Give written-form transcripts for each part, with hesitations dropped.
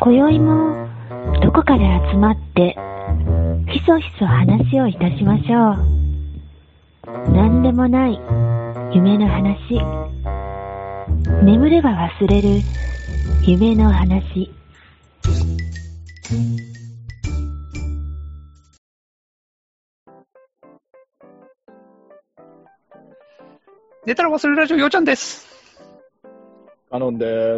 今宵もどこかで集まってひそひそ話をいたしましょう。何でもない夢の話、眠れば忘れる夢の話。 寝たら忘れるラジオ、ようちゃんです。 カノンです。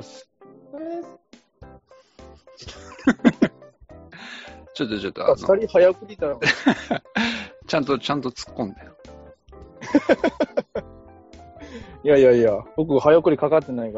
ちょっと、 二人早送りだよ。 ちゃんと突っ込んでよ。 いや、僕早送りかかってないから。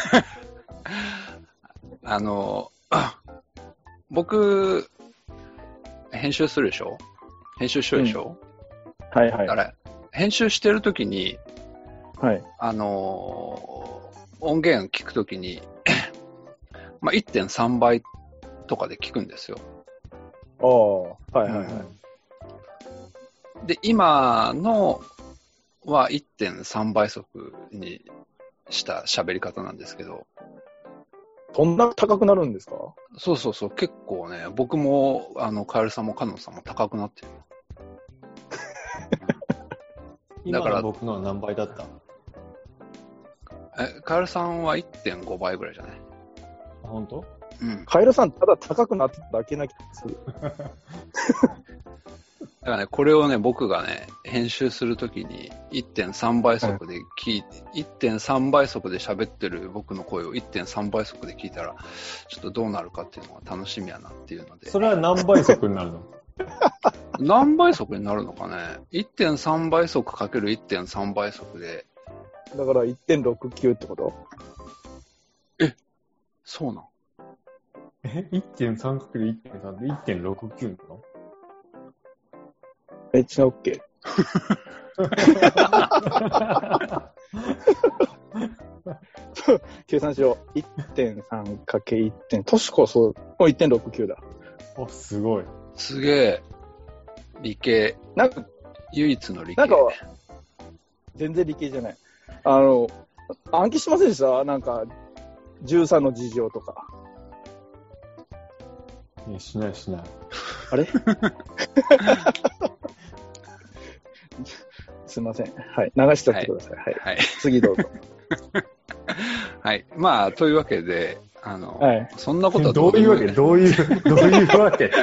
僕、編集するでしょ？編集しようでしょ？ はい。 だから、編集してるときに、 はい。 音源聞くときに、まあ、1.3 倍とかで聞くんですよ。 ああ、はい。 で、今のは 1.3 倍速にした喋り方なんですけど。 そんな高くなるんですか？ そう、結構ね、僕も、カエルさんもカノンさんも高くなってる。 だから僕のは何倍だった？ カエルさんは 1.5 倍ぐらいじゃない？ 本当？ うん。 カエルさんただ高くなってただけな気がする。 だからね、これをね、僕がね、編集するときに 1.3 倍速で聞いて、1.3 倍速で喋ってる僕の声を 1.3 倍速で聞いたら、ちょっとどうなるかっていうのが楽しみやなっていうので。 それは何倍速になるの？ 何倍速になるのかね？ 1.3 倍速かける 1.3 倍速で。 だから 1.69 ってこと？ そうなん？ 1.3 かける 1.3 で 1.69 なの？ めっちゃ OK。計算しよう。1.3 かけ 1. 確かそう。もう 1.69 だ。 あ、すごい。 すげえ。理系。 なんか、 唯一の理系。 なんか、全然理系じゃない。暗記しませんでした？なんか、13の事情とか。 いや、しない。 あれすいません。はい。流しちゃってください。はい。次どうぞ。 はい。まあ、というわけで、 はい、 そんなことはどういうわけどういうわけ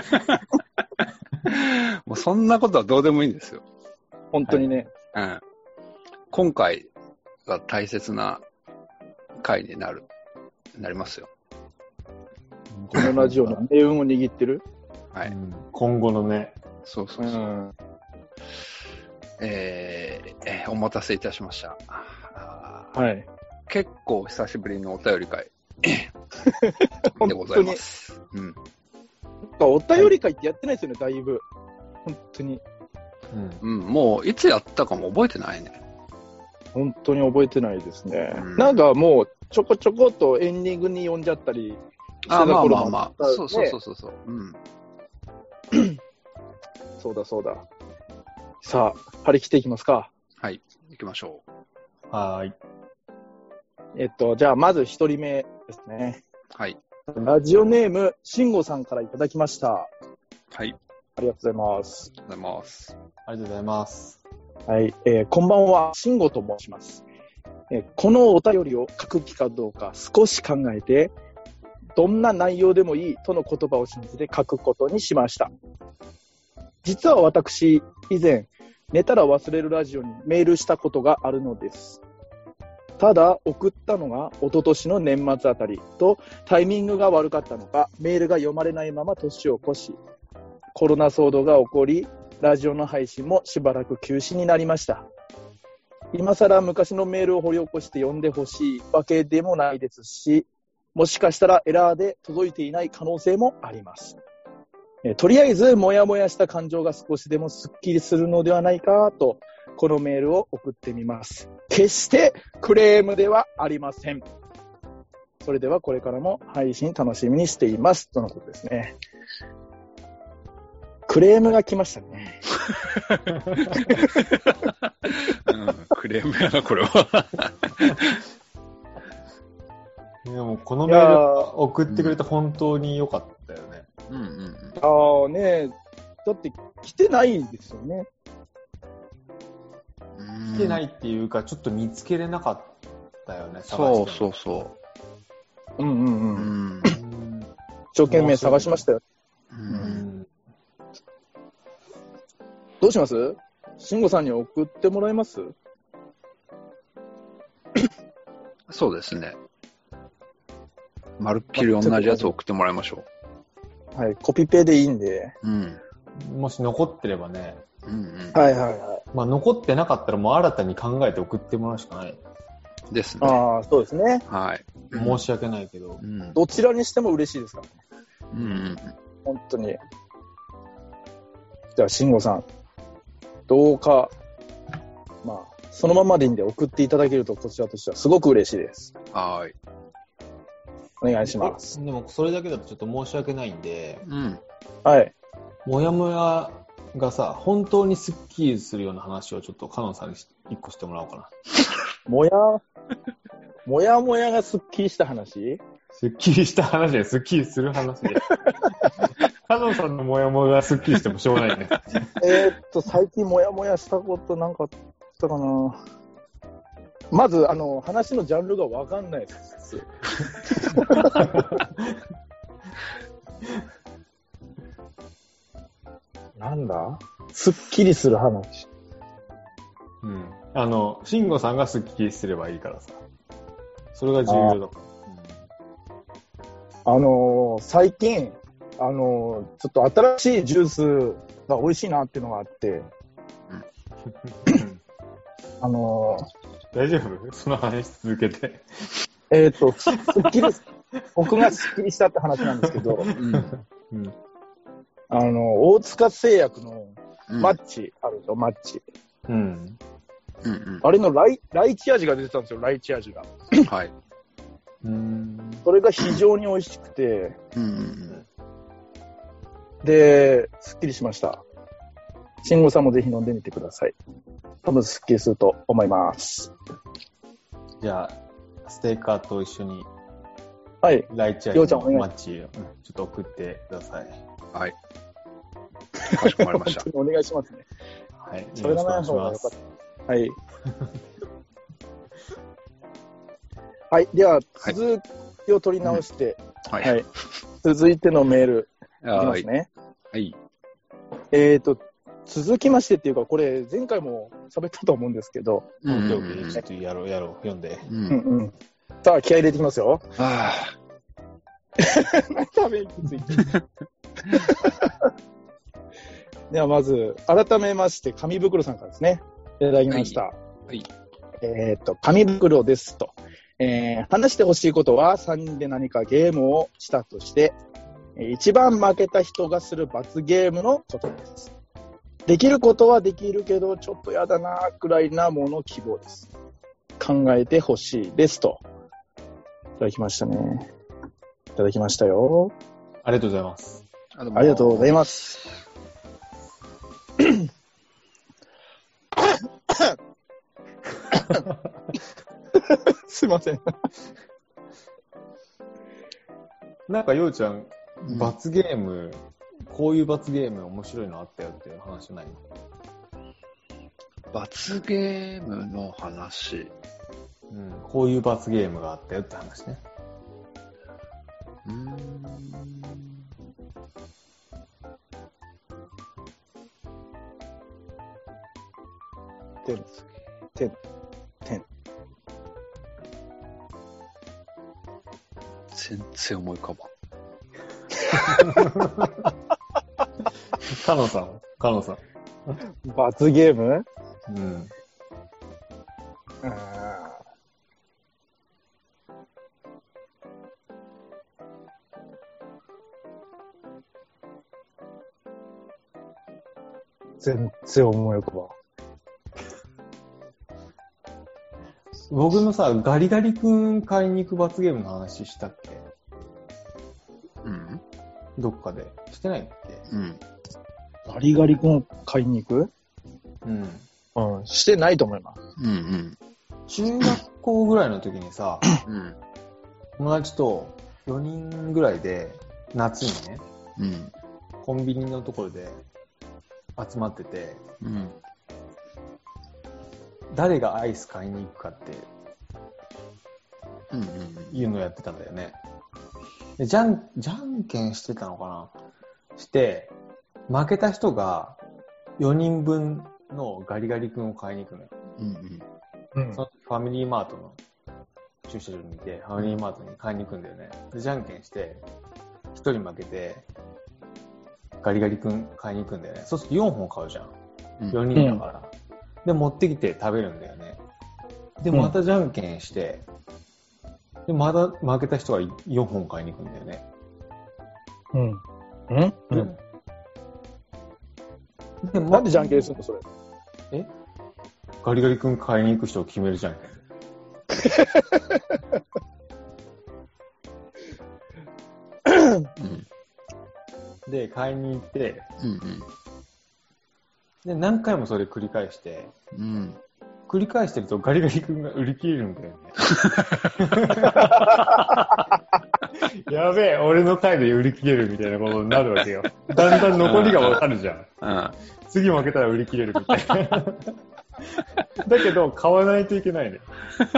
もうそんなことはどうでもいいんですよ。 本当にね。 はい。今回が大切な回になりますよ。 このラジオの命運を握ってる？ はい。 今後のね。 そう。お待たせいたしました。 はい。 結構久しぶりのお便り会でございます。 お便り会ってやってないですよね、だいぶ。本当に。 もういつやったかも覚えてないね。 本当に覚えてないですね。なんかもうちょこちょこっとエンディングに呼んじゃったりしてた頃もまあ。そう。 そうだ。さあ、張り切っていきますか。 はい、行きましょう。はい。 じゃあまず一人目ですね。 はい。 ラジオネーム、しんごさんからいただきました。 はい。 ありがとうございます。 ありがとうございます。 はい。こんばんは、しんごと申します。このお便りを書く気かどうか少し考えて、どんな内容でもいいとの言葉を信じて書くことにしました。実は私、以前、寝たら忘れるラジオにメールしたことがあるのです。ただ、送ったのが一昨年の年末あたりと、タイミングが悪かったのか、メールが読まれないまま年を越し、コロナ騒動が起こり、ラジオの配信もしばらく休止になりました。今更昔のメールを掘り起こして読んでほしいわけでもないですし、もしかしたらエラーで届いていない可能性もあります。とりあえずモヤモヤした感情が少しでもスッキリするのではないかと、このメールを送ってみます。決してクレームではありません。それではこれからも配信楽しみにしていますとのことですね。クレームが来ましたね。 クレームやなこれは。 でもこのメール送ってくれて本当に良かったよね。 うんうんうん。 ああね、だって来てないですよね。 来てないっていうか、ちょっと見つけれなかったよね、 そうそうそうんうう。 んうん。 うん。 一生懸命探しましたよ。どうします？慎吾さんに送ってもらえます？ そうですね。まるっきり同じやつを送ってもらいましょはい、コピペでいいんで。 う。うん。 もし残ってればね、 うんうん。 はいはいはい。 まあ残ってなかったらもう新たに考えて送ってもらうしかない。 ですね。 ああ、そうですね。 はい。 申し訳ないけど。 うん。 どちらにしても嬉しいですからね。 うんうん本当に。じゃあ、慎吾さん、どうか、まあ、そのままでいいんで送っていただけると、こちらとしてはすごく嬉しいです。 はーい。 お願いします。 でもそれだけだとちょっと申し訳ないんで、 うん。 はい。 もやもやがさ、本当にスッキリするような話をちょっとカノンさんに一個してもらおうかな。 もやもやがすっきりした話？ スッキリした話で、スッキリする話で。カノンさんのもやもやがスッキリしてもしょうがないね。 最近もやもやしたことなんかあったかな。まず、話のジャンルがわかんないです。なんだ？すっきりする話。 うん。慎吾さんがスッキリすればいいからさ。それが重要だから。 最近、ちょっと新しいジュースが美味しいなっていうのがあって、 大丈夫？その話続けて。 すっきり、僕がすっきりしたって話なんですけど、 うん、 大塚製薬のマッチあると、マッチ。 うんうんうん。 あれのライチ味が出てたんですよ、ライチ味が。 はい。 それが非常に美味しくて、 うんうんうん。 で、すっきりしました。慎吾さんもぜひ飲んでみてください。多分すっきりすると思います。 じゃあ、ステーカーと一緒に、 はい。 ライチ味のマッチをちょっと送ってください。 はい。かしこまりました。 お願いしますね。 はい。 それがない方がよかった。はい。はい。では、続きを取り直して、 はい。 はい。続いてのメール、いきまはい。 すね。 はい。 続きましてっていうか、これ、前回も喋ったと思うんですけど、 うんうんうんちょっとやろう、読んで。 うんさあ、気合い入れていきますよ。 あため息ついて。では、まず、改めまして、紙袋さんからですね。いただきました。 はい。 紙袋ですと。話してほしいことは、3人で何かゲームをしたとして、一番負けた人がする罰ゲームのことです。できることはできるけど、ちょっとやだなくらいなもの希望です。考えてほしいですと。いただきましたね。いただきましたよ。 ありがとうございます。 ありがとうございます。すいません。 なんか、ようちゃん、罰ゲーム、こういう罰ゲーム面白いのあったよっていう話ないの？ 罰ゲームの話。 こういう罰ゲームがあったよって話ね。 全然思い浮かばん。 カノさん。 罰ゲーム？全然思い浮かばん。 僕のさ、ガリガリ君買いに行く罰ゲームの話したっけ？どっかで。してないっけ？ ガリガリ君買いに行く？してないと思います。 中学校ぐらいの時にさ、友達と 4人ぐらいで、夏にね、 うん。 コンビニのところで集まってて、 うん。 誰がアイス買いに行くかってうん。 いうのをやってたんだよね。でじゃんけんしてたのかなして、負けた人が4人分のガリガリ君を買いに行くのよ。 うん。 うんそのファミリーマートの駐車場にいて、ファミリーマートに買いに行くんだよね。で、じゃんけんして、1人負けて、ガリガリ君買いに行くんだよね。そうすると4本買うじゃん。4人だから。で、持ってきて食べるんだよね。で、またじゃんけんして、で、また負けた人が4本買いに行くんだよね。でなんでじゃんけんするのそれ。 ガリガリ君買いに行く人を決めるじゃんけん。で、買いに行って、で、何回もそれ繰り返して、繰り返してるとガリガリ君が売り切れるんだよね。やべえ、俺の回で売り切れるみたいなことになるわけよ。だんだん残りがわかるじゃん。次負けたら売り切れるみたいな。だけど、買わないといけないね。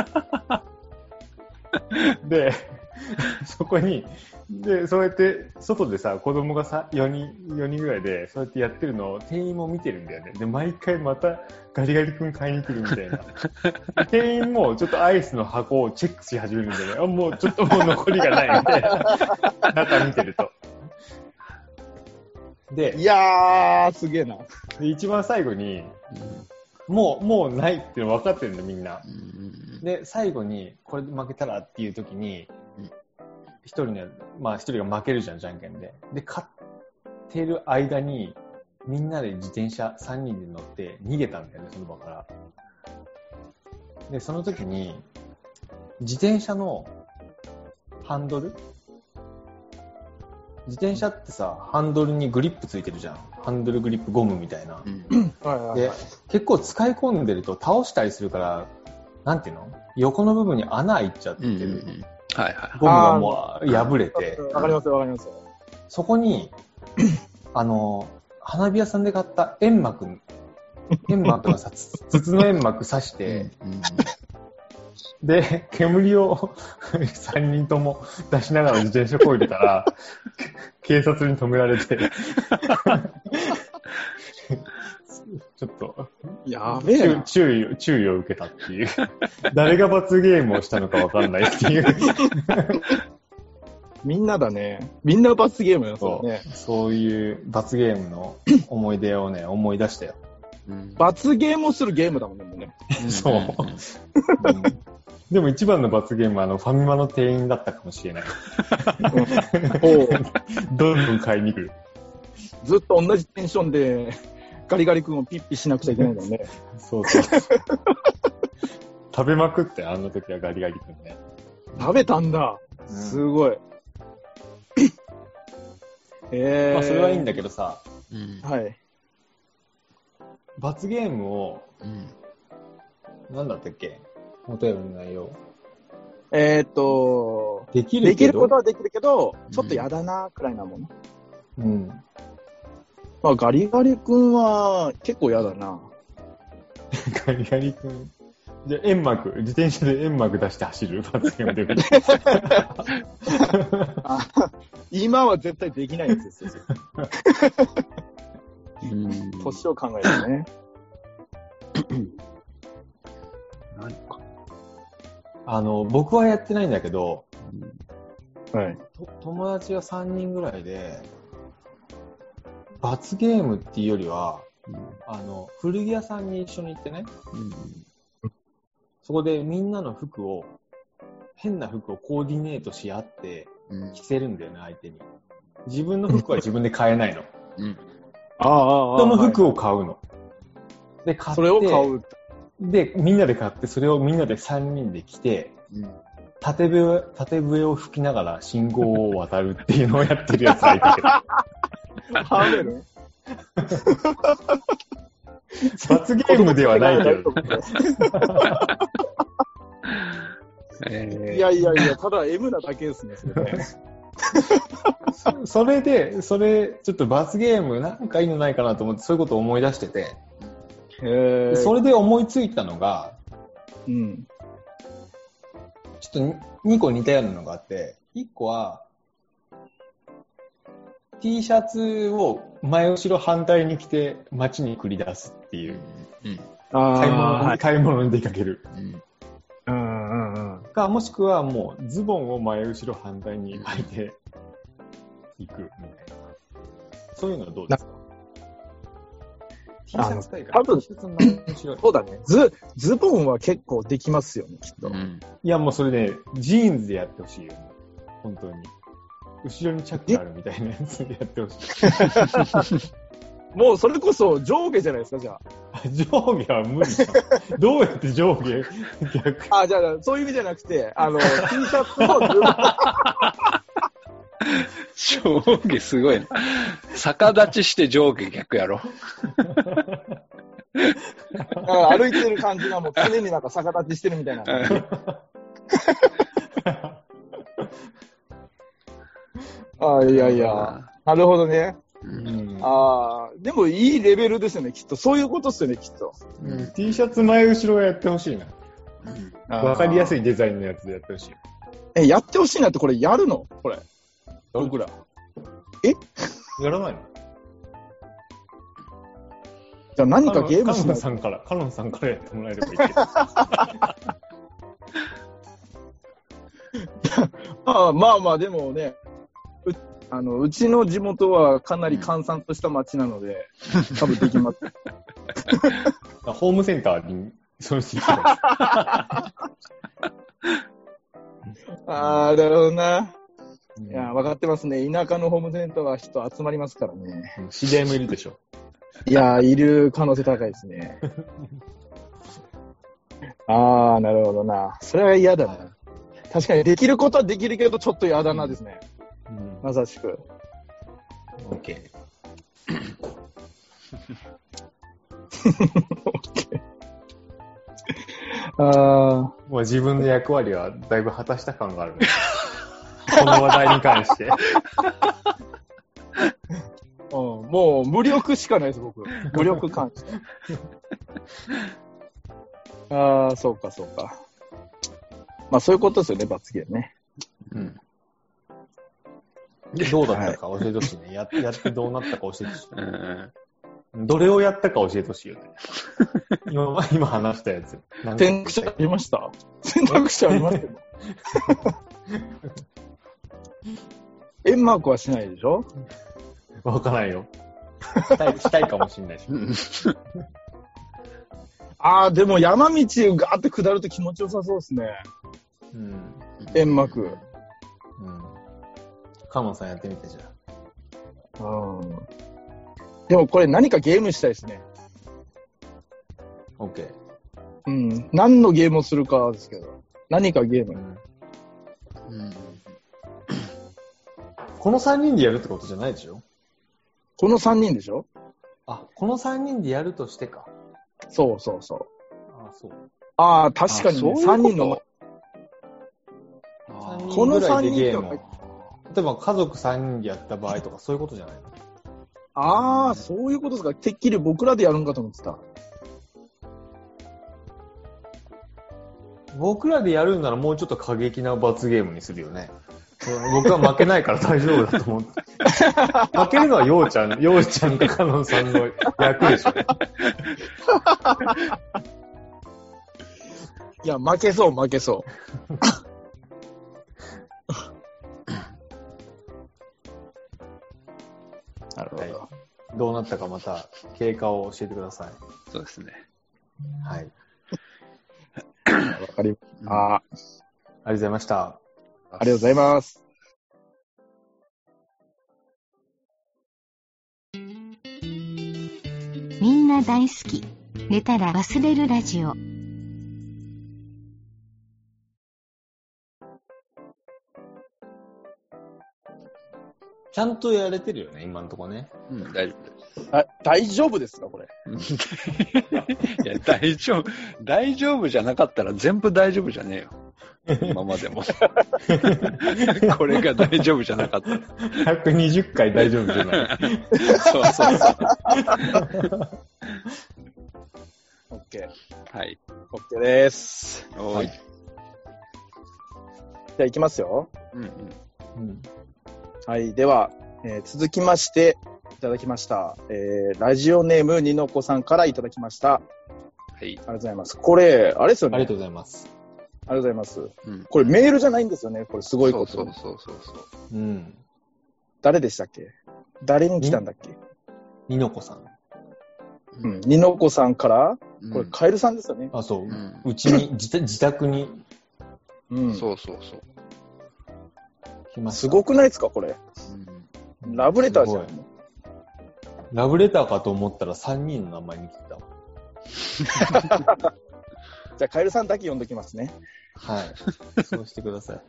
で、そこに、で、そうやって、外でさ、子供がさ、4人ぐらいで、そうやってやってるのを店員も見てるんだよね。で、毎回またガリガリ君買いに来るみたいな。店員もちょっとアイスの箱をチェックし始めるんだよね。あ、もうちょっともう残りがないみたいな。中見てると。で、 いやー、すげえな。 で一番最後に、もうないって分かってるんだ、みんな。で、最後に、これで負けたらっていう時に、一人が負けるじゃん、じゃんけんで。で、勝ってる間に、みんなで自転車3人で乗って逃げたんだよね、その場から。で、その時に、自転車のハンドル？自転車ってさ、ハンドルにグリップついてるじゃん。ハンドルグリップゴムみたいな。で、結構使い込んでると倒したりするから、なんていうの？横の部分に穴開いちゃってる。ゴムがもう破れて。 わかりますわかります。 そこに、花火屋さんで買った煙幕がさ、筒の煙幕刺して、で、煙を3人とも出しながら自転車こいでたら、警察に止められて、ちょっと、 やべえな。 注意を受けたっていう。誰が罰ゲームをしたのかわかんないっていう。 みんなだね。みんな罰ゲームよ、そうね。 そういう罰ゲームの思い出をね、思い出したよ。 罰ゲームをするゲームだもんね。 そう。でも一番の罰ゲームはファミマの店員だったかもしれない。どんどん買いに来る。 ずっと同じテンションでガリガリ君をピッピしなくちゃいけないもんね。 そう。食べまくってあの時はガリガリ君ね。 食べたんだ。すごい。 まあそれはいいんだけどさ。 はい。 罰ゲームを、なんだったっけ？お便りの内容。できることはできるけど、ちょっとやだなくらいなもの。まあガリガリ君は結構やだな。 ガリガリ君。じゃあ自転車で煙幕出して走る罰ゲームで。 今は絶対できないやつですよ。年を考えてね。 何か。 僕はやってないんだけど、 はい。 友達が3人ぐらいで、罰ゲームっていうよりは、古着屋さんに一緒に行ってね、そこでみんなの変な服をコーディネートし合って着せるんだよね、相手に。自分の服は自分で買えないの。人の服を買うの。で、買って、 それを買う。 で、みんなで買って、それをみんなで3人で着て、縦笛を吹きながら信号を渡るっていうのをやってるやつがいたけど。 ハーメル罰ゲームではないけど。 いやいやいや、ただ M なだけですね、それね。 それ、ちょっと罰ゲームなんかいいのないかなと思って、そういうことを思い出してて、それで思いついたのが、 うん。 ちょっと2個似たようなのがあって、1個は、T シャツを前後ろ反対に着て街に繰り出すっていう。買い物に出かける。か、もしくはもうズボンを前後ろ反対に履いていくみたいな。そういうのはどうですか？ T シャツ大会。 多分、 T シャツの前後ろ。 そうだね。ズボンは結構できますよね、きっと。 いや、もうそれね、ジーンズでやってほしいよ。本当に。後ろにチャックあるみたいなやつでやってほしい。 もうそれこそ上下じゃないですか、じゃあ。 上下は無理だ。どうやって上下逆。 じゃあ、そういう意味じゃなくて、T シャツのズボン。 上下すごいな。逆立ちして上下逆やろ。 歩いてる感じがもう常になんか逆立ちしてるみたいな。いやいや。なるほどね。でもいいレベルですよね、きっと。そういうことですよね、きっと。 T シャツ前後ろはやってほしいな。わかりやすいデザインのやつでやってほしい。 やってほしいなってこれやるの？これ。僕ら。 やらないの？ じゃあ何かゲームしない？ カノンさんからやってもらえればいいけど。 まあでもね、うちの地元はかなり閑散とした町なので、多分できます。 ホームセンターに、そうしてなるほどな。いや、分かってますね。田舎のホームセンターは人集まりますからね。 知り合いもいるでしょ。 いや、いる可能性高いですね。なるほどな。それは嫌だな。確かにできることはできるけど、ちょっと嫌だなですね。まさしく。 OK。もう自分の役割はだいぶ果たした感があるね。この話題に関して。 もう無力しかないです、僕。無力感謝。そうか。まあそういうことですよね、罰ゲームね。 どうだったか教えてほしいね。やってどうなったか教えてほしい。どれをやったか教えてほしいよね。今話したやつ。 選択肢ありました？選択肢ありましたよ。円マークはしないでしょ？ わからないよ。したいかもしれないし。 でも山道ガーって下ると気持ちよさそうですね。円マーク。 カノンさんやってみてじゃあ。 でもこれ何かゲームしたいですね。 OK。 何のゲームをするかですけど。何かゲーム。 この3人でやるってことじゃないでしょ？ この3人でしょ？ この3人でやるとしてか。 そう。 そう。 確かにね、3人の。 この3人でゲームを。例えば家族3人でやった場合とかそういうことじゃないの？ そういうことですか。てっきり僕らでやるんかと思ってた。 僕らでやるんならもうちょっと過激な罰ゲームにするよね。僕は負けないから大丈夫だと思って。負けるのはようちゃんかカノンさんの役でしょ。 いや、負けそう。なるほど。 どうなったかまた経過を教えてください。 そうですね。 はい。 わかりました。 ありがとうございました。 ありがとうございます。 みんな大好き。寝たら忘れるラジオ。 ちゃんとやれてるよね、今のところね。 大丈夫です。 大丈夫ですか、これ。 いや、大丈夫じゃなかったら全部大丈夫じゃねえよ。 今までも。これが大丈夫じゃなかった。 120回大丈夫じゃない。 そうそうそう。 OK。 はい。 OK です。 はい。じゃあ行きますよ。 うんうん。 はい。では、続きまして、いただきました。ラジオネームにのこさんからいただきました。 はい。 ありがとうございます。これ、あれですよね。 ありがとうございます。 ありがとうございます。うん、これメールじゃないんですよね。これすごいこと。 そう。 うん。 誰でしたっけ？誰に来たんだっけ？ にのこさん。 うん。にのこさんから、これカエルさんですよね。 あ、そう。うちに、自宅に。 うん。そう。 来ました。すごくないですか、これ。ラブレターじゃん。 ラブレターかと思ったら3人の名前に来た。 じゃあ、カエルさんだけ呼んできますね。 はい。そうしてください。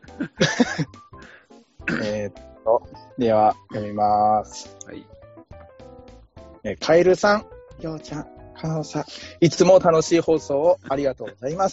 では、読みます。 はい。 カエルさん、ようちゃん、かなおさん、いつも楽しい放送をありがとうございます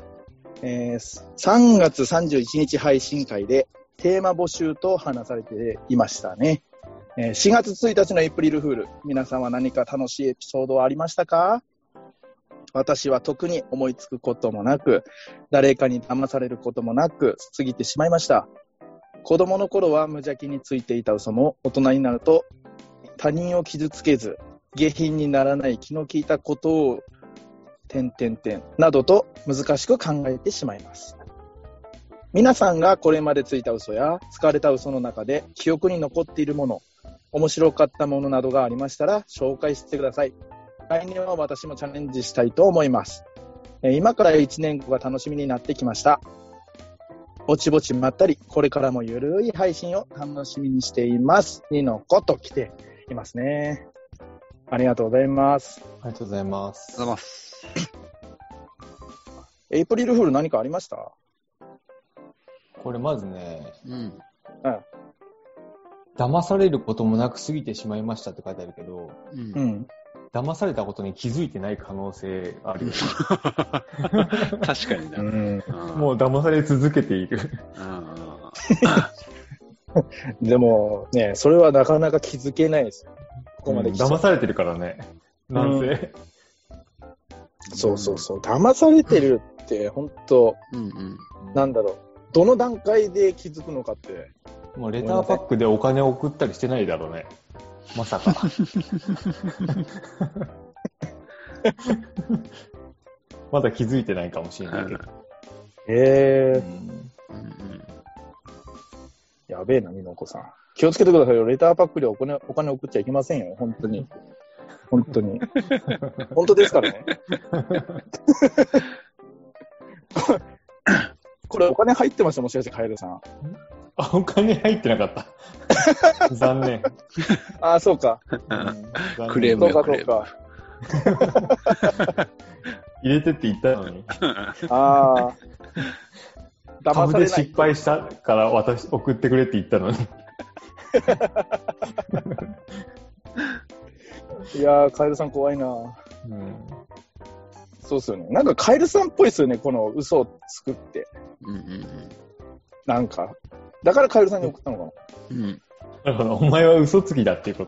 。3月31日配信会でテーマ募集と話されていましたね。4月1日のエイプリルフール、皆さんは何か楽しいエピソードはありましたか？私は特に思いつくこともなく、誰かに騙されることもなく過ぎてしまいました。子供の頃は無邪気についていた嘘も、大人になると他人を傷つけず、下品にならない気の利いたことをなどと難しく考えてしまいます。皆さんがこれまでついた嘘や使われた嘘の中で記憶に残っているもの、面白かったものなどがありましたら紹介してください。来年は私もチャレンジしたいと思います。今から1年後が楽しみになってきました。ぼちぼちまったり、これからもゆるい配信を楽しみにしています。にのこと来ていますね。ありがとうございます。 ありがとうございます。 エイプリルフール何かありました？ これまずね、騙されることもなく過ぎてしまいましたって書いてあるけど、騙されたことに気づいてない可能性あるよね。 確かにね。 もう騙され続けている。 でもね、それはなかなか気づけないですよ。ここまで来ちゃう。 騙されてるからね。なんせ。 そう。騙されてるって本当、なんだろう。どの段階で気づくのかって。 もうレターパックでお金を送ったりしてないだろうね。まさか。まだ気づいてないかもしれないけど。 やべえな、みのこさん。気をつけてくださいよ。レターパックでお金送っちゃいけませんよ。本当に。本当ですからね。これお金入ってました、もしかしてカエルさん。 あ、お金入ってなかった。残念。 あ、そうか。 クレームよ。 そうか。 入れてって言ったのに。 ああ。 株で失敗したから私送ってくれって言ったのに。 いやー、カエルさん怖いな。そうっすよね。なんかカエルさんっぽいっすよね、この嘘を作って。なんか。だからカエルさんに送ったのかな。 だからお前は嘘つきだっていうこと？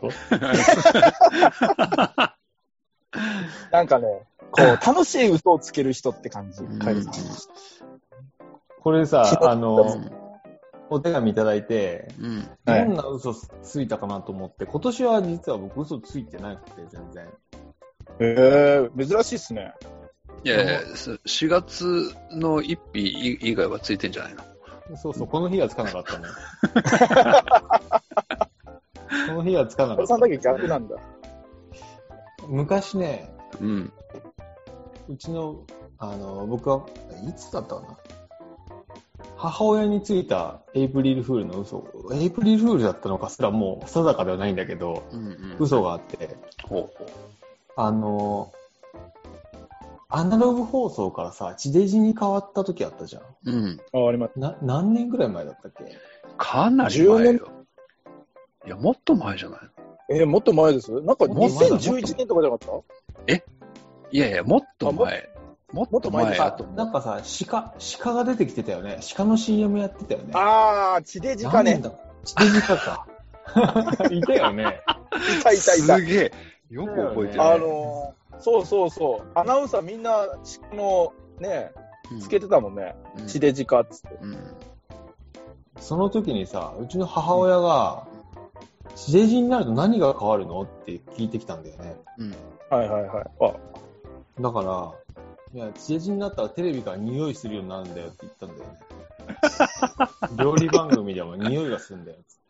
なんかね、こう、楽しい嘘をつける人って感じ、カエルさん。 これさ、お手紙いただいて、どんな嘘ついたかなと思って、今年は実は僕嘘ついてなくて、全然。 珍しいっすね。 いやいや、4月の1日以外はついてんじゃないの？ そう、この日はつかなかったね。この日はつかなかった。 さんだけ逆なんだ。 昔ね、うちの、僕は、いつだったかな。母親についたエイプリルフールの嘘。エイプリルフールだったのかすらもう定かではないんだけど、嘘があって、アナログ放送からさ、地デジに変わった時あったじゃん。 あります。 何年ぐらい前だったっけ？ かなり前よ。いや、もっと前じゃないの？もっと前です。なんか2011年とかじゃなかった？ いやいや、もっと前。 もっと前だと思う。 なんかさ、鹿が出てきてたよね。鹿の CM やってたよね。 あー、地デジかね。 地デジかか。いたよね。 いた。 すげえ。よく覚えてる、ね。 そう。アナウンサーみんな、のね、つけてたもんね。地デジかっつって。 その時にさ、うちの母親が、地デジになると何が変わるのって聞いてきたんだよね。 はい。 だから、いや、地デジになったらテレビから匂いするようになるんだよって言ったんだよね。料理番組でも匂いがするんだよっつって。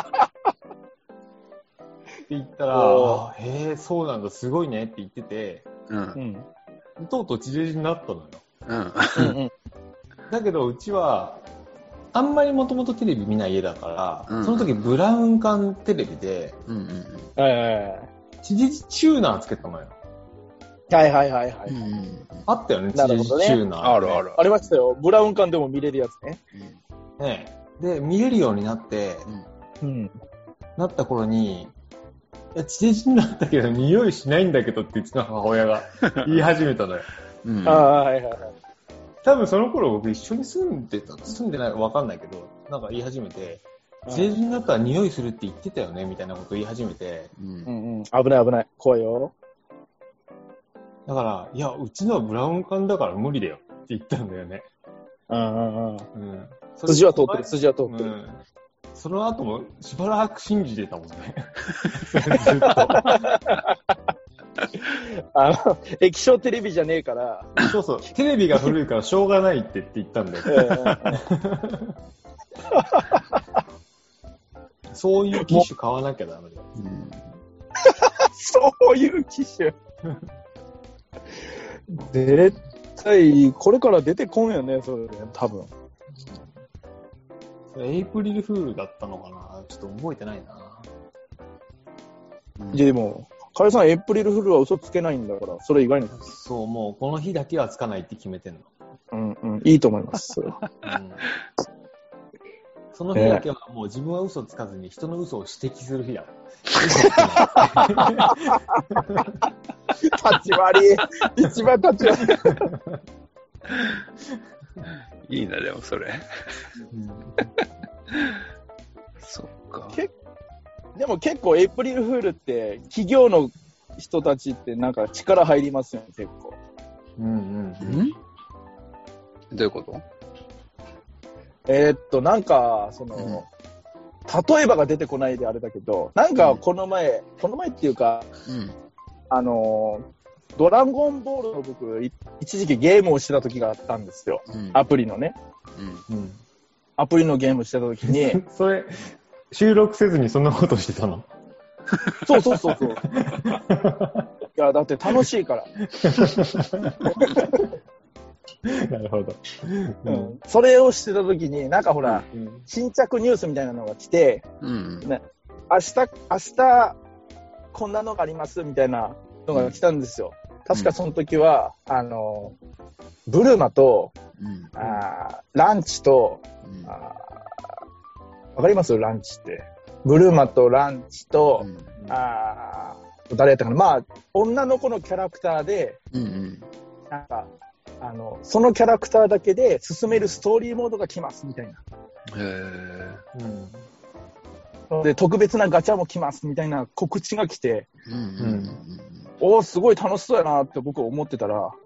って言ったら、へえ、そうなんだ、すごいねって言ってて、とうとう地デジになったのよ。だけど、うちは、あんまりもともとテレビ見ない家だから、その時ブラウン管テレビで、地デジチューナーつけたのよ。 はい。 あったよね、地デジチューナー。 ある。 ありましたよ。ブラウン管でも見れるやつね。 で、見れるようになって、なった頃に、地デジになったけど匂いしないんだけどってうちの母親が言い始めたのよ。多分その頃僕一緒に住んでないか分かんないけど、なんか言い始めて、地デジになったら匂いするって言ってたよねみたいなことを言い始めて、 危ない。怖いよ。 だから、いや、うちのはブラウン管だから無理だよって言ったんだよね。 筋は通ってる。 その後もしばらく信じてたもんね。 液晶テレビじゃねえから。 そう。テレビが古いからしょうがないって言ったんだよ。そういう機種買わなきゃダメだよ。 そういう機種。絶対、これから出てこんよね、それね、多分。 エイプリルフールだったのかな、ちょっと覚えてないな。 でも、カレさん、エイプリルフールは嘘つけないんだから、それ以外に。 そう、もうこの日だけはつかないって決めてんの。 いいと思います。 その日だけはもう自分は嘘つかずに人の嘘を指摘する日だ。 立ち悪い。一番立ち悪い。いいな、でもそれ。そっか。 でも結構エイプリルフールって企業の人たちってなんか力入りますよね、結構。 どういうこと？ なんか、例えばが出てこないであれだけど、なんかこの前っていうか、ドラゴンボールの僕、一時期ゲームをしてた時があったんですよ。アプリのね。アプリのゲームしてた時に。 それ、収録せずにそんなことしてたの？ そう。いや、だって楽しいから。 なるほど。 それをしてた時に、なんかほら、新着ニュースみたいなのが来て、ね、明日、こんなのがありますみたいなのが来たんですよ。確かその時は、ブルマと、ランチと、わかりますランチって。ブルマとランチと、誰やったかな、まあ、女の子のキャラクターで、なんか、そのキャラクターだけで進めるストーリーモードが来ますみたいな。で、特別なガチャも来ますみたいな告知が来て、おー、すごい楽しそうやなって僕思ってたら、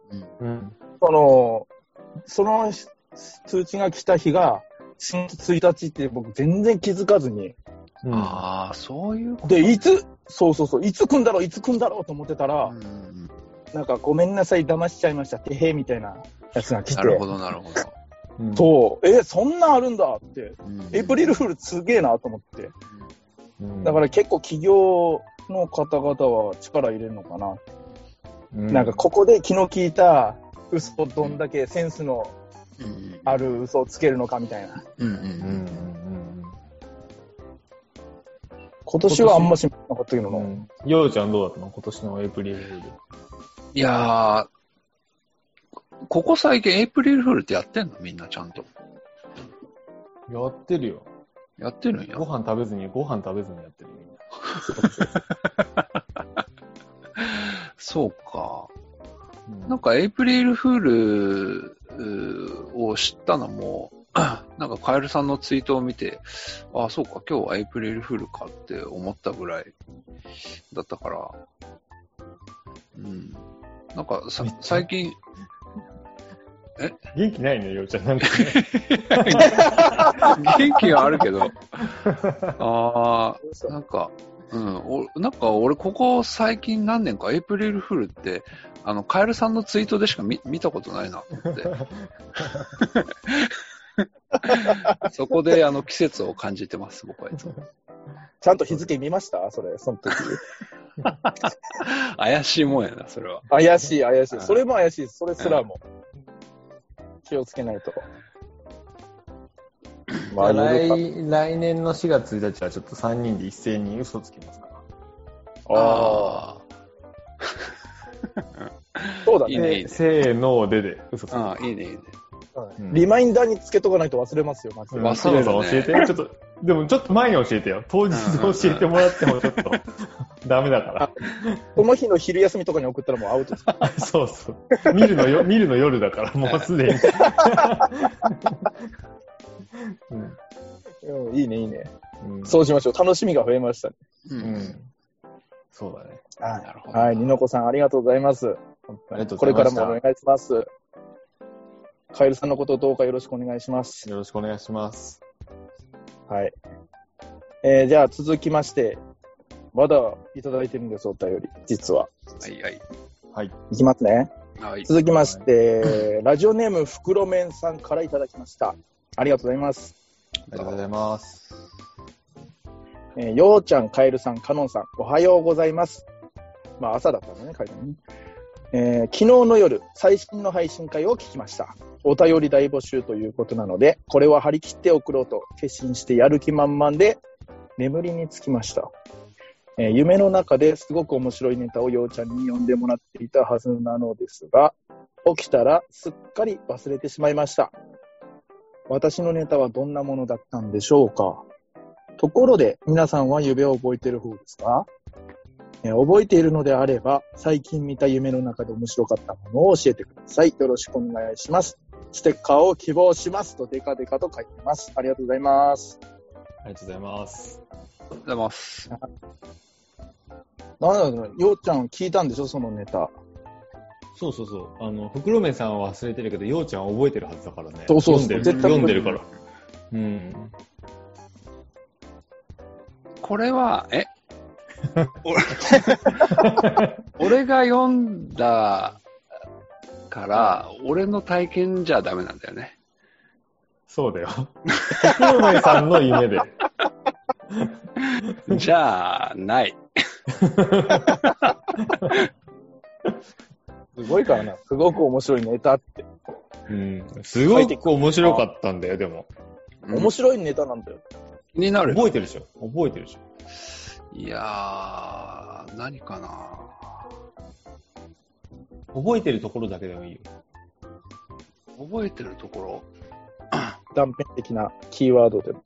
その通知が来た日が、4月1日って僕全然気づかずに。 そういうこと。 で、いつ来んだろうと思ってたら、なんかごめんなさい、騙しちゃいました、てへみたいなやつが来て。 なるほど。 そう、そんなんあるんだって、エイプリルフールすげえなと思って。だから結構企業の方々は力入れるのかな。なんかここで気の利いた嘘をどんだけセンスのある嘘をつけるのかみたいな。今年はあんましなかったけどな。 ヨウちゃんどうだったの？今年のエイプリルフール。 いやー、ここ最近エイプリルフールってやってんの？みんなちゃんと。 やってるよ。 やってるんや。 ご飯食べずにやってるみんな。 そうか。 なんかエイプリルフールを知ったのも、なんかカエルさんのツイートを見て、ああ、そうか、今日はエイプリルフールかって思ったぐらいだったから、うん。なんか最近、 元気ないね、ようちゃん。なんかね。 元気はあるけど、なんか、なんか俺ここ最近何年かエイプリルフールって、カエルさんのツイートでしか見たことないなと思って。そこで季節を感じてます、僕はいつも。 ちゃんと日付見ましたその時。 怪しいもんやな、それは。 怪しい。それも怪しいです。それすらも。気をつけないと。 まあ、来年の4月1日はちょっと3人で一斉に嘘つきますから。 ああ。そうだね。 いいね。 せーので嘘つきます。いいね。 リマインダーにつけとかないと忘れますよ、マジで。 忘れるね。 教えて。でもちょっと前に教えてよ。当日教えてもらってもちょっとダメだから。 この日の昼休みとかに送ったらもうアウトです。 そうそう。見るの夜だからもうすでに。 いいね。そうしましょう。楽しみが増えましたね。 そうだね。 はい。ニノコさんありがとうございます。これからもお願いします。カエルさんのことをどうかよろしくお願いします。 よろしくお願いします。 はい。じゃあ続きまして、まだいただいてるんです、お便り、実は。 はい。 いきますね。 はい。 続きまして、ラジオネームふくろめんさんからいただきました。ありがとうございます。 ありがとうございます。 ようちゃん、カエルさん、カノンさん、おはようございます。まあ朝だったのね、カエルね。昨日の夜、最新の配信会を聞きました。お便り大募集ということなので、これは張り切って送ろうと決心してやる気満々で眠りにつきました。夢の中ですごく面白いネタをようちゃんに読んでもらっていたはずなのですが、起きたらすっかり忘れてしまいました。私のネタはどんなものだったんでしょうか。ところで、皆さんは夢を覚えている方ですか？覚えているのであれば、最近見た夢の中で面白かったものを教えてください。よろしくお願いします。ステッカーを希望しますとデカデカと書いてます。ありがとうございます。 ありがとうございます。 ありがとうございます。 なんだろう、ようちゃん聞いたんでしょ、そのネタ。 そう。ふくろめさんは忘れてるけど、ようちゃんは覚えてるはずだからね。 そう。 絶対読んでるから。 これは、俺が読んだから、俺の体験じゃダメなんだよね。 そうだよ。ふくろめさんの夢で。 じゃあ、ない。 すごいからな。すごく面白いネタって。 すごく面白かったんだよ、でも。 面白いネタなんだよ。 気になる。 覚えてるでしょ。 いやー、何かな。 覚えてるところだけでもいいよ。 覚えてるところ断片的なキーワードでも。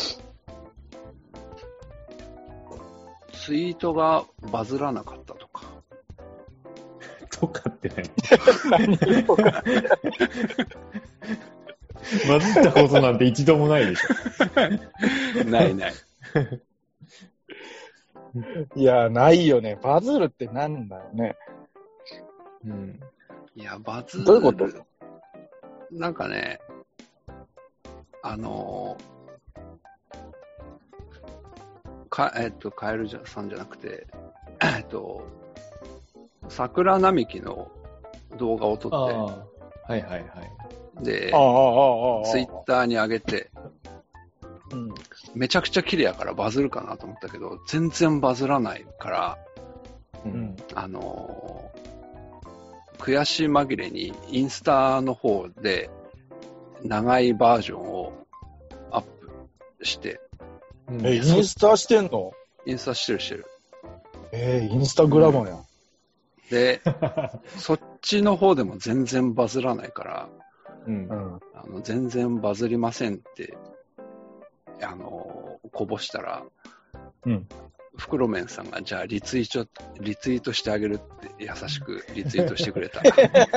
ツイートがバズらなかったとか。 とかって何とか。バズったことなんて一度もないでしょ。 ない。 いや、ないよね。バズるってなんだよね。 いや、バズる。 どういうこと？ なんかね、カエルさんじゃなくて、桜並木の動画を撮って、で、ツイッターに上げて、めちゃくちゃ綺麗やからバズるかなと思ったけど、全然バズらないから、悔し紛れにインスタの方で長いバージョンをアップして、 インスタしてんの？ インスタしてる。 インスタグラマーや。 で、そっちの方でも全然バズらないから、全然バズりませんって、こぼしたら、 袋麺さんが、じゃあリツイートしてあげるって優しくリツイートしてくれた。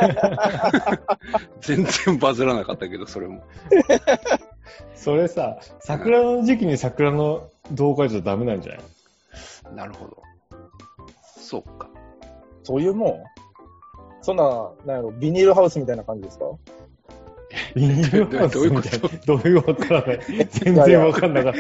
全然バズらなかったけど、それも。 それさ、桜の時期に桜の動画じゃダメなんじゃない？ なるほど。そうか。 そういうもんそんな、なんやろ、ビニールハウスみたいな感じですか？ ビニールハウスみたいな。どういうことわからない。全然わかんなかった。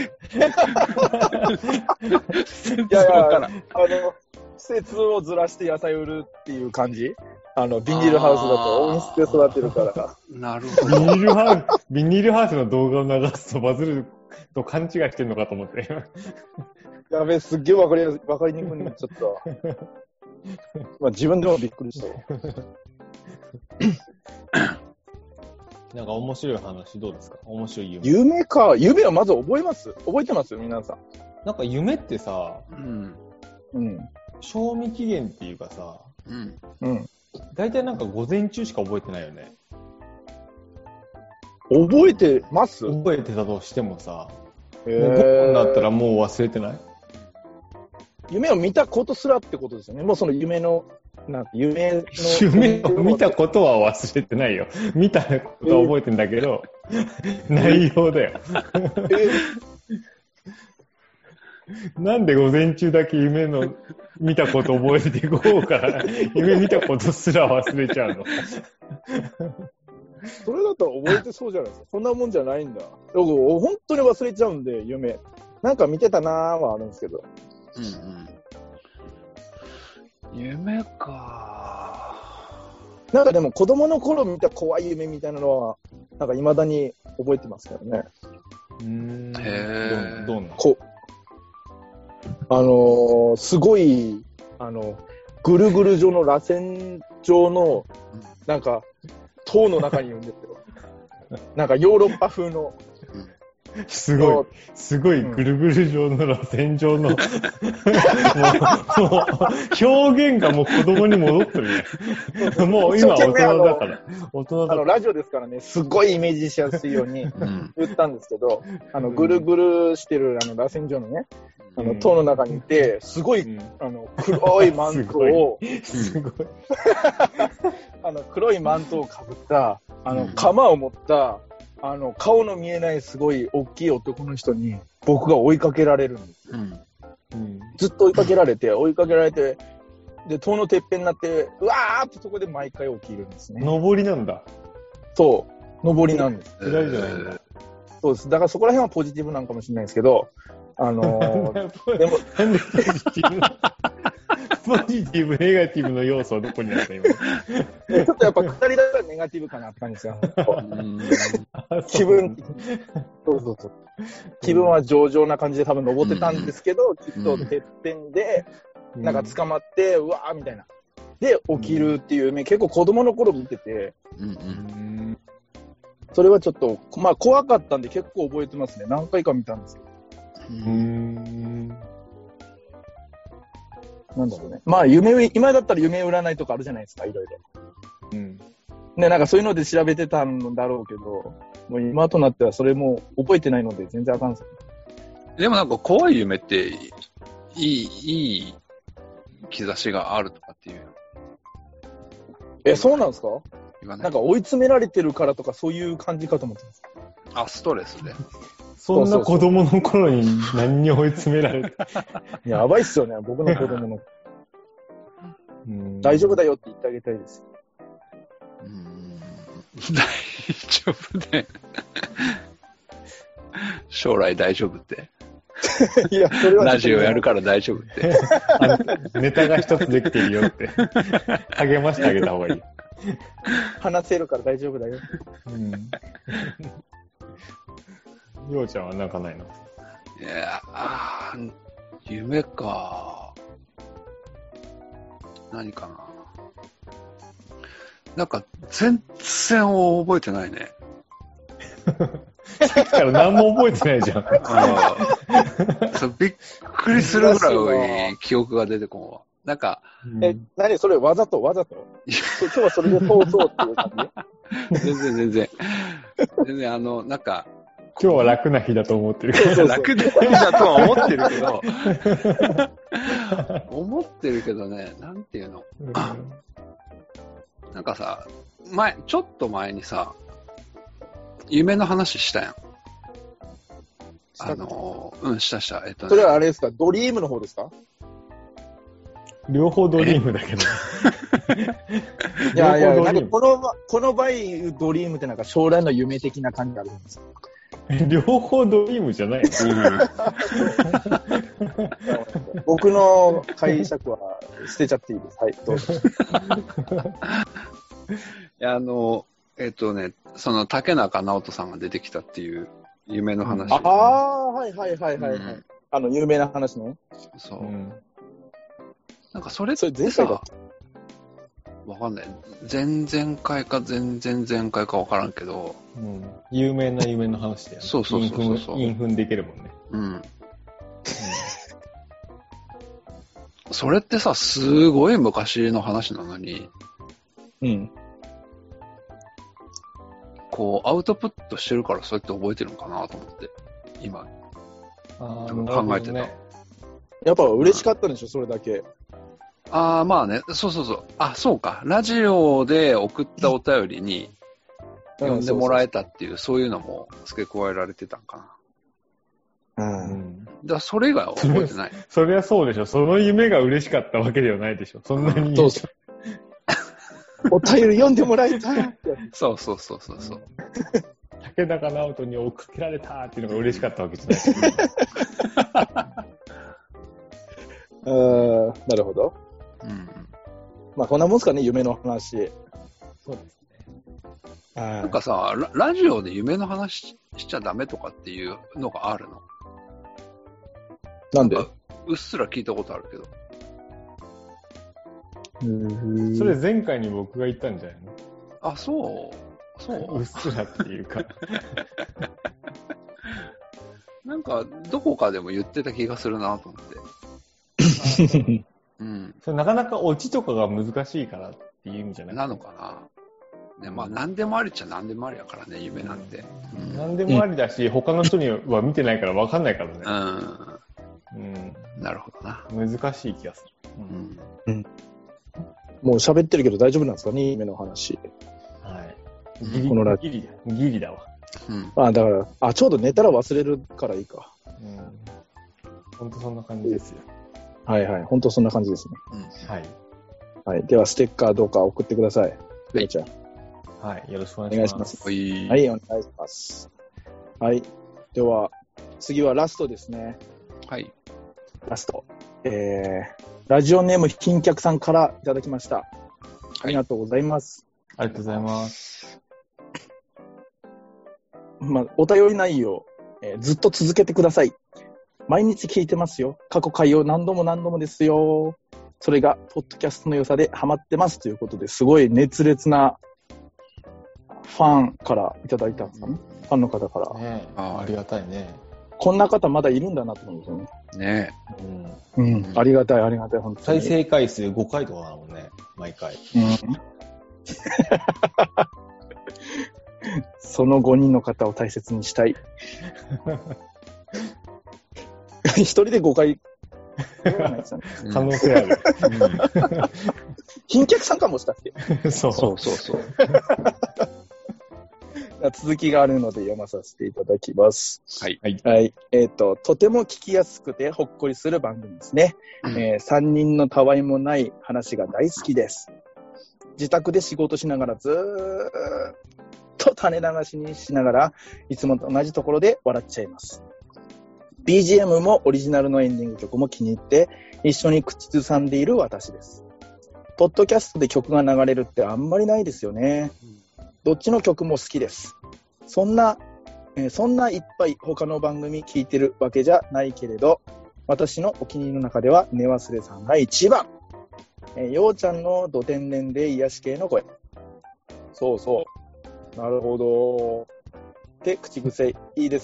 全然わからん。 季節をずらして野菜売るっていう感じ？ビニールハウスだと温室で育てるから。 なるほど。 ビニールハウスの動画を流すとバズると勘違いしてるのかと思って。 やべえ、すっげえわかりにくいのちょっと。まあ自分でもびっくりした。 なんか面白い話どうですか？面白い夢。 夢か。夢はまず覚えてます皆さん。 なんか夢ってさ、賞味期限っていうかさ、大体なんか午前中しか覚えてないよね。 覚えてます？ 覚えてたとしてもさ、午後になったらもう忘れてない？ 夢を見たことすらってことですよね。もうその夢を見たことは忘れてないよ。見たことは覚えてんだけど、内容だよ。なんで午前中だけ夢の見たこと覚えていこうから、夢見たことすら忘れちゃうの。 それだったら覚えてそうじゃないですか。そんなもんじゃないんだ。僕、本当に忘れちゃうんで、夢。なんか見てたなーはあるんですけど。 夢か。 なんかでも子供の頃見た怖い夢みたいなのは、なんか未だに覚えてますからね。 へぇ。 どんな？ すごい、ぐるぐる状の螺旋状の、なんか、塔の中にいるんですよ。なんかヨーロッパ風の。 すごいぐるぐる状の螺旋状のもう表現がもう子供に戻ってるね。もう今大人だから。 ラジオですからね、すごいイメージしやすいように言ったんですけど、ぐるぐるしてる螺旋状のね、塔の中にいて、すごい、黒いマントを、黒いマントをかぶった、鎌を持った、顔の見えないすごい大きい男の人に僕が追いかけられるんですよ。ずっと追いかけられて、で、塔のてっぺんになって、うわーってそこで毎回起きるんですね。 上りなんだ。 そう、上りなんです。 下りじゃないんだ。 そうです。だからそこら辺はポジティブなんかもしれないですけど、でも、 なんでポジティブ、ネガティブの要素はどこにあった今。 ちょっとやっぱ下りだったらネガティブかなったんですよ。気分、そう。気分は上々な感じで多分登ってたんですけど、きっとてっぺんで、なんか捕まって、うわーみたいな。で、起きるっていう夢、結構子供の頃見てて、それはちょっと、まあ怖かったんで結構覚えてますね。何回か見たんですよ。なんだろうね。まあ今だったら夢占いとかあるじゃないですか、いろいろ。ね、なんかそういうので調べてたんだろうけど、もう今となってはそれも覚えてないので全然あかんす。 でもなんか怖い夢っていい兆しがあるとかっていう。 そうなんですか？ 言わない。 なんか追い詰められてるからとかそういう感じかと思ってます。 あ、ストレスで。 そんな子供の頃に何に追い詰められて。 やばいっすよね、僕の子供の。大丈夫だよって言ってあげたいです。 大丈夫で。将来大丈夫って。 いや、それはラジオやるから大丈夫って。 ネタが一つできてるよって。励ましてあげた方がいい。 話せるから大丈夫だよ。 ようちゃんはなんかないの？ いや夢か。何かな。なんか全然覚えてないね。 さっきから何も覚えてないじゃん。 そうびっくりするぐらい記憶が出てこんわ。なんか、 何それわざと今日はそれで通そうっていう感じ？ 全然。なんか、 今日は楽な日だと思ってるけど。 楽な日だとは思ってるけど、思ってるけどね、なんていうの。なんかさ、ちょっと前にさ、夢の話したやん。した。 それはあれですか、ドリームの方ですか？ 両方ドリームだけど。 いや、なんかこの場合、ドリームってなんか将来の夢的な感じがあるんですよ。 両方ドリームじゃない。 僕の解釈は捨てちゃっていいです。はい、どうぞ。 いや、その竹中直人さんが出てきたっていう夢の話。 ああ、はい。有名な話ね。 そう。なんかそれって前回だっさ、わかんない。前々回か前回かわからんけど、 有名な夢の話だよね。 そう。 韻踏んでいけるもんね。 それってさ、すごい昔の話なのに、こう、アウトプットしてるからそうやって覚えてるのかなと思って、今、考えてた。 やっぱ嬉しかったんでしょ、それだけ。 まあね、そう。そうか。ラジオで送ったお便りに読んでもらえたっていう、そういうのも付け加えられてたんかな。だからそれ以外は覚えてない。 そりゃそうでしょ。その夢が嬉しかったわけではないでしょ。そんなに。 そう。お便り読んでもらえた。 そう。 竹中直人に追っかけられたっていうのが嬉しかったわけじゃない。 なるほど。まあこんなもんすかね、夢の話。 そうですね。 なんかさ、ラジオで夢の話しちゃダメとかっていうのがあるの？ なんで？ うっすら聞いたことあるけど。 それ前回に僕が言ったんじゃないの？ あ、そう。 うっすらっていうか。 なんか、どこかでも言ってた気がするなと思って。 それなかなかオチとかが難しいからっていう意味じゃないなのかな。ね、まあ何でもありっちゃ何でもありやからね、夢なんて。 何でもありだし、他の人には見てないから分かんないからね。なるほどな。 難しい気がする。 もう喋ってるけど大丈夫なんですかね、夢の話。 はい。ギリだわ。 だから、ちょうど寝たら忘れるからいいか。 本当そんな感じですよ。 はい、本当そんな感じですね。 はい。 では、ステッカーどうか送ってください。 はい。 ちゃん。 はい。よろしくお願いします。 はい、お願いします。はい。では、次はラストですね。 はい。 ラスト。ラジオネーム賓客さんからいただきました。ありがとうございます。 ありがとうございます。 お便り内容、ずっと続けてください。毎日聞いてますよ。過去回を何度もですよ。それが、ポッドキャストの良さでハマってますということで、すごい熱烈なファンからいただいたんですかね。ファンの方から。 ありがたいね。 こんな方まだいるんだなと思うんですよね。 ねありがたい、本当に。 再生回数5回とかだもんね、毎回。 その5人の方を大切にしたい。一人で5回。 可能性ある。 賓客さんかもしたっけ？ そう。 続きがあるので読まさせていただきます。 はい。 とても聞きやすくてほっこりする番組ですね。3人のたわいもない話が大好きです。自宅で仕事しながらずーっと種流しにしながらいつもと同じところで笑っちゃいます。BGM もオリジナルのエンディング曲も気に入って一緒に口ずさんでいる私です。ポッドキャストで曲が流れるってあんまりないですよね。どっちの曲も好きです。そんないっぱい他の番組聞いてるわけじゃないけれど、私のお気に入りの中では寝忘れさんが一番。ようちゃんのド天然で癒し系の声。そう。なるほど。で、口癖いいです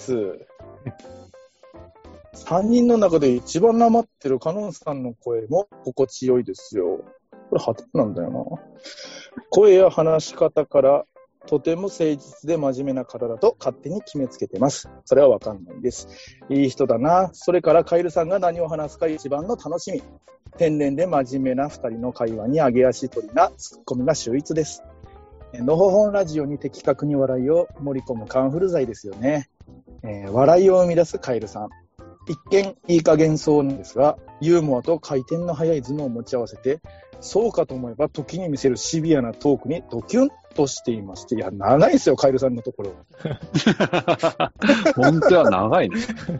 。3人の中で一番なまってるカノンさんの声も心地よいですよ。これハテなんだよな。声や話し方からとても誠実で真面目な方だと勝手に決めつけてます。それはわかんないです。いい人だな。それからカエルさんが何を話すか一番の楽しみ。天然で真面目な二人の会話に上げ足取りなツッコミが秀逸です。のほほんラジオに的確に笑いを盛り込むカンフル剤ですよね。笑いを生み出すカエルさん。一見いい加減そうなんですが、ユーモアと回転の速い頭脳を持ち合わせて、そうかと思えば時に見せるシビアなトークにドキュンとしていまして、いや、長いですよ、カエルさんのところ。 本当は長いね。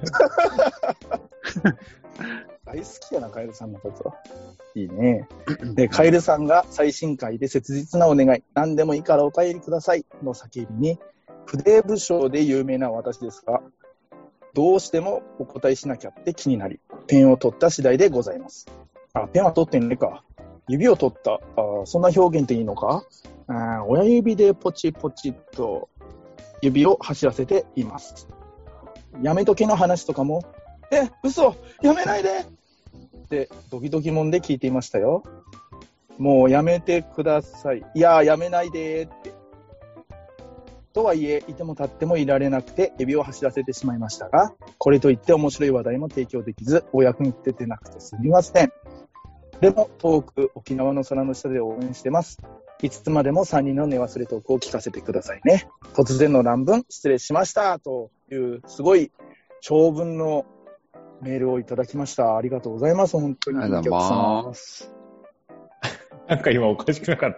大好きやな、カエルさんのこと。いいね。で、カエルさんが最新回で切実なお願い、何でもいいからお便りくださいの叫びに、筆武将で有名な私ですが、どうしてもお答えしなきゃって気になり、ペンを取った次第でございます。ペンは取ってんねえか。指を取った。そんな表現でいいのか。親指でポチポチっと指を走らせています。やめとけの話とかも、嘘やめないでってドキドキもんで聞いていましたよ。もうやめてください。いや、やめないでって。とはいえ、いても立ってもいられなくて、指を走らせてしまいましたが、これといって面白い話題も提供できず、お役に立ててなくてすみません。でも、遠く沖縄の空の下で応援してます。いつまでも3人の寝忘れトークを聞かせてくださいね。突然の乱文、失礼しました。という、すごい長文のメールをいただきました。ありがとうございます。本当に。 ありがとうございます。 なんか今おかしくなかった。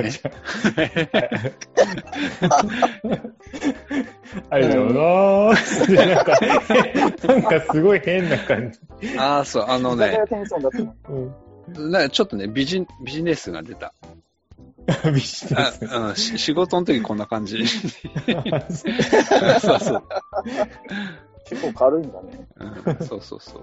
ありがとうございます。なんかすごい変な感じ。 そう、ちょっとね、ビジネスが出た。 ビジネス。 仕事の時こんな感じ。そうそう。 結構軽いんだね。 そうそうそう。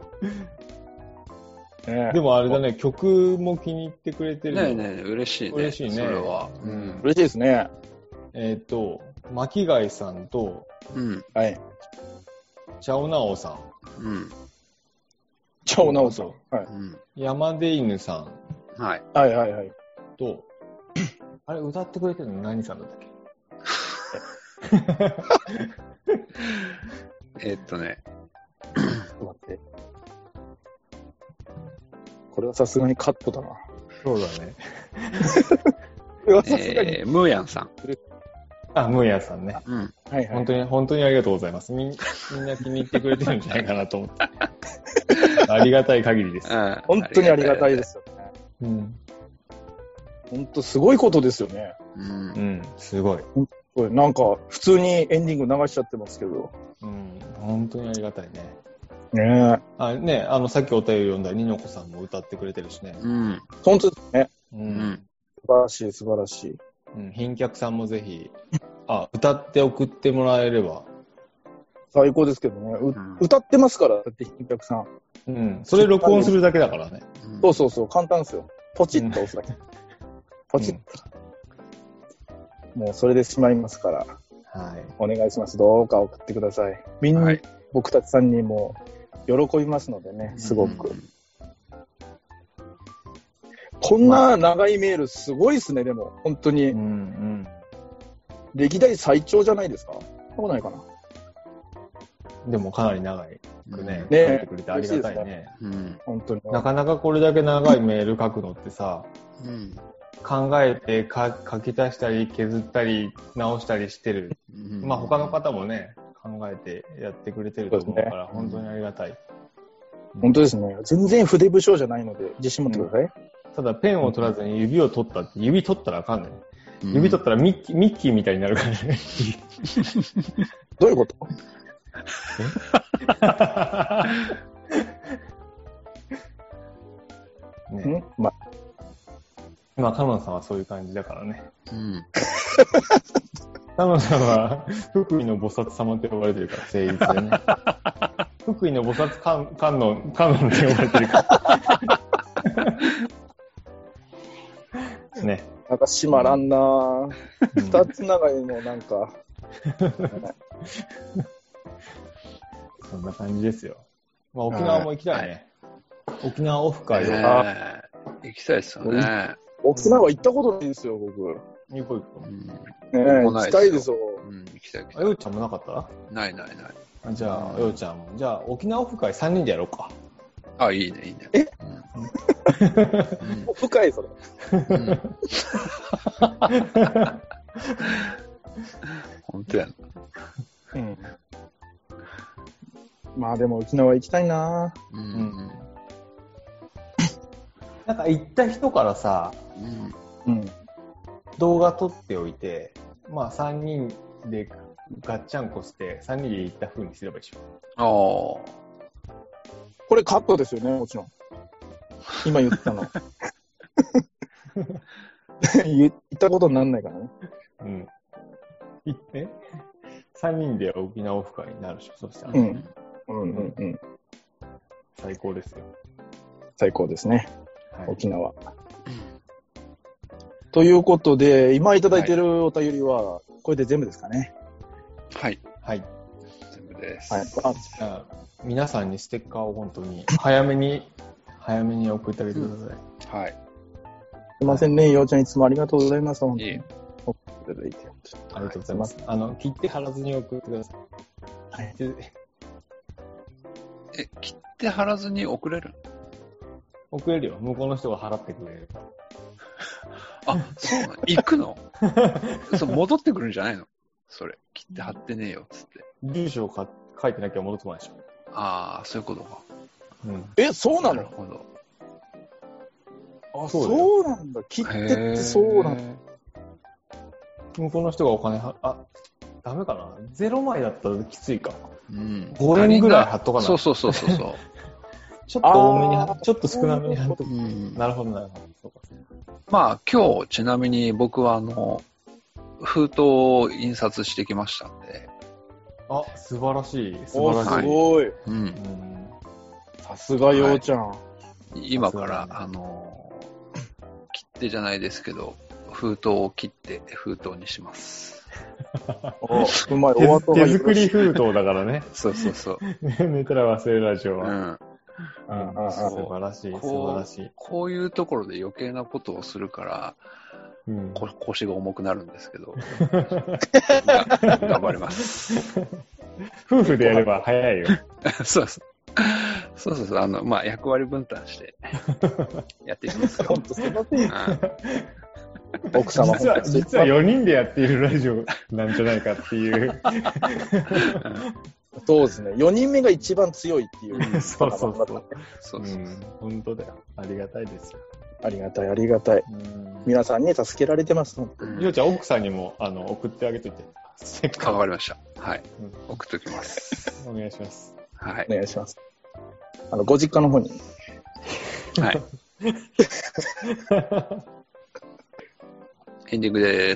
でもあれだね、曲も気に入ってくれてるの。 ねえ、嬉しいね。 嬉しいね。 それは。 嬉しいですね。 巻貝さんと、 はい。 チャオナオさん。 チャオナオさん。はい。 山出犬さん。はい。 はいはいはい。 と、あれ歌ってくれてるの何さんだったっけ？ ちょっと待って。これはさすがにカットだな。 そうだね。 これはさすがに。 ムーヤンさん。 ムーヤンさんね。 はいはい。 本当にありがとうございます。みんな気に入ってくれてるんじゃないかなと思って。ありがたい限りです。 本当にありがたいですよね。本当すごいことですよね。 すごい。 なんか普通にエンディング流しちゃってますけど。 本当にありがたいね。さっきお便り読んだニノコさんも歌ってくれてるしね。 本当ですね。素晴らしい、素晴らしい。 賓客さんもぜひ、歌って送ってもらえれば。 最高ですけどね。歌ってますから、だって賓客さん。 それ録音するだけだからね。 そう、簡単ですよ。ポチッと押すだけ。ポチッと。もうそれでしまいますから。お願いします。どうか送ってください。みんな、僕たち3人も喜びますのでね、すごく。こんな長いメールすごいですね、でも、本当に。歴代最長じゃないですか？そうないかな。 でもかなり長いくね、書いてくれてありがたいね。 本当に。 なかなかこれだけ長いメール書くのってさ、考えて書き足したり削ったり直したりしてる。他の方もね、考えてやってくれてると思うから、本当にありがたい。 本当ですね。全然筆不詳じゃないので、自信持ってください。 ただ、ペンを取らずに指を取ったって、指取ったらあかんねん。指取ったらミッキーみたいになるからね。 どういうこと？ ね、カノンさんはそういう感じだからね。カノンさんは、福井の菩薩様って呼ばれてるから、聖域でね。福井の菩薩観音って呼ばれてるから。ね。 なんか閉まらんなぁ。二つ長いのなんか。 そんな感じですよ。沖縄も行きたいね。沖縄オフ会行きたいですよね。 沖縄行ったことないんですよ、僕。 行こう。 行きたいですよ。 行きたい。 ようちゃんもなかった？ ない。 じゃあ、ようちゃんも。じゃあ、沖縄オフ会3人でやろうか。 あ、いいね。 深い、それ。 本当やな。 まあでも沖縄行きたいな。 なんか行った人からさ、動画撮っておいて、まあ3人でガッチャンコして3人で行った風にすればいいでしょ。 これカットですよね、もちろん。今言ったの。言ったことにならないからね。 行って、3人で沖縄オフ会になるでしょ、そうしたら。最高ですよ。 最高ですね。沖縄。ということで、今いただいているお便りは、これで全部ですかね。 はい。 全部です。 皆さんにステッカーを本当に早めに送ってあげてください。 すいませんね、ようちゃんいつもありがとうございます。本当に。 ありがとうございます。切って貼らずに送ってください。 切って貼らずに送れる？ 送れるよ。向こうの人が払ってくれる。 そうなの？行くの？戻ってくるんじゃないの？それ。切って貼ってねえよ、つって。 住所を書いてなきゃ戻ってこないでしょ。 そういうことか。 そうなの？ なるほど。 そうなんだ。切ってってそうなんだ。 向こうの人がお金ダメかな。0枚だったらきついか。 5 円ぐらい貼っとかない。 そう。 ちょっと多めにちょっっと少なめに貼っとく。なるほど。 まあ今日ちなみに僕は封筒を印刷してきましたんで。 素晴らしい。 すごい。さすがようちゃん。 今から切手じゃないですけど、封筒を切って封筒にします。 うまい。 手作り封筒だからね。 そう。 寝たら忘れるラジオは。素晴らしい。 こういうところで余計なことをするから、腰が重くなるんですけど。頑張ります。 夫婦でやれば早いよ。 そう。役割分担してやっていきますよ。 本当すいません。奥様実は4人でやっているラジオなんじゃないかっていう。 そうですね。4人目が一番強いっていう。 そう。本当だよ。ありがたいですよ。 ありがたい。皆さんに助けられてます。 ようちゃん、奥さんにも送ってあげといて。 わかりました。はい。送っときます。 お願いします。 はい。 お願いします。ご実家の方に。 はい。エンディングです。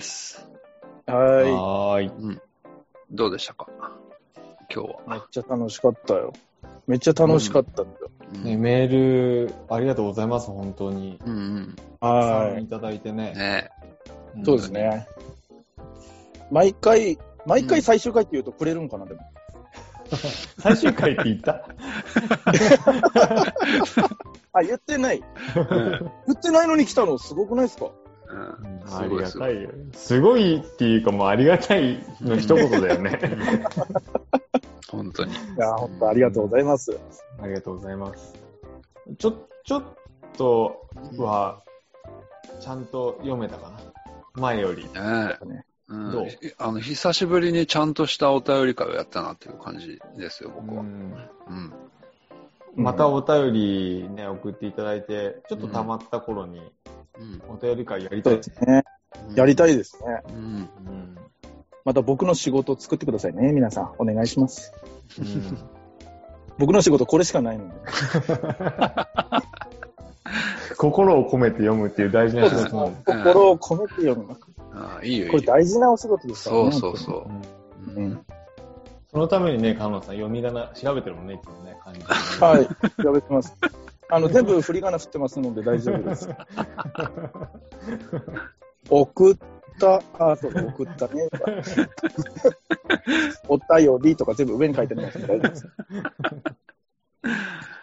はい。 どうでしたか？今日は。 めっちゃ楽しかったよ。めっちゃ楽しかったんだよ。 メール、ありがとうございます、本当に。 はい。 いただいてね。 そうですね。毎回最終回って言うとくれるんかな、でも。 最終回って言った？ 言ってない。言ってないのに来たのすごくないですか？ ありがたいよ。すごいっていうかもうありがたいの一言だよね。 本当に。いや、本当ありがとうございます。 ありがとうございます。ちょっとはちゃんと読めたかな。前より。 どう？久しぶりにちゃんとしたお便り会をやったなっていう感じですよ、僕は。 またお便りね、送っていただいて、ちょっと溜まった頃に、お便り会やりたいですね。 やりたいですね。また僕の仕事を作ってくださいね、皆さん。お願いします。僕の仕事これしかないので。 心を込めて読むっていう大事な仕事なんで。 心を込めて読む。 いいよ。 これ大事なお仕事ですからね。 そう。 そのためにね、菅野さん、読み仮名調べてるもんね、いつもね、漢字。 はい、調べてます。全部振り仮名振ってますので大丈夫です。送ったね。お便りとか全部上に書いてありますので大丈夫です。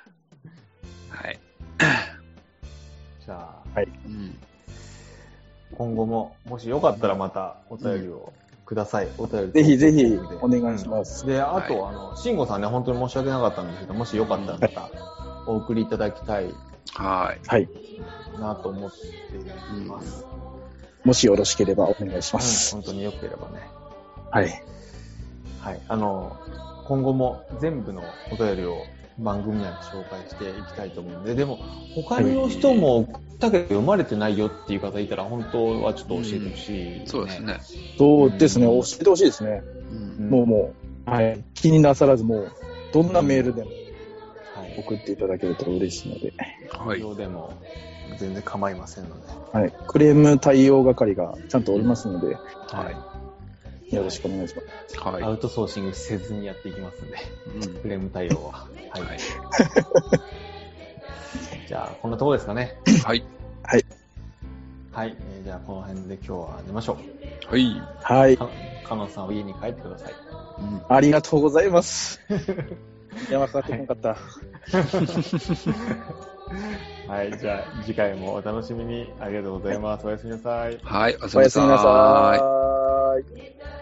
はい。 じゃあ、 はい。 今後も、もしよかったらまたお便りをください。お便りぜひぜひお願いします。 で、あと、慎吾さんね、本当に申し訳なかったんですけど、もしよかったらまたお送りいただきたいはい。 なと思っています。 もしよろしければお願いします。 本当によければね。 はい。 はい。今後も全部のお便りを番組内で紹介していきたいと思うので、でも、他の人も送ったけど読まれてないよっていう方いたら、本当はちょっと教えてほしい、ねそうですね。 そうですね。教えてほしいですね。もう、はい。気になさらず、もう、どんなメールでも送っていただけると嬉しいので。 はい。でも、全然構いませんので。 はい。クレーム対応係がちゃんとおりますので。 はい。 よろしくお願いします。 はい。アウトソーシングせずにやっていきますので、クレーム対応は。はい。じゃあ、こんなところですかね。 はい。 はい。 はい。じゃあ、この辺で今日は寝ましょう。 はい。 はい。 かのんさんは家に帰ってください。 ありがとうございます。山かかってこなかった。 はい。じゃあ、次回もお楽しみに。ありがとうございます。おやすみなさい。 はい。 おやすみなさい。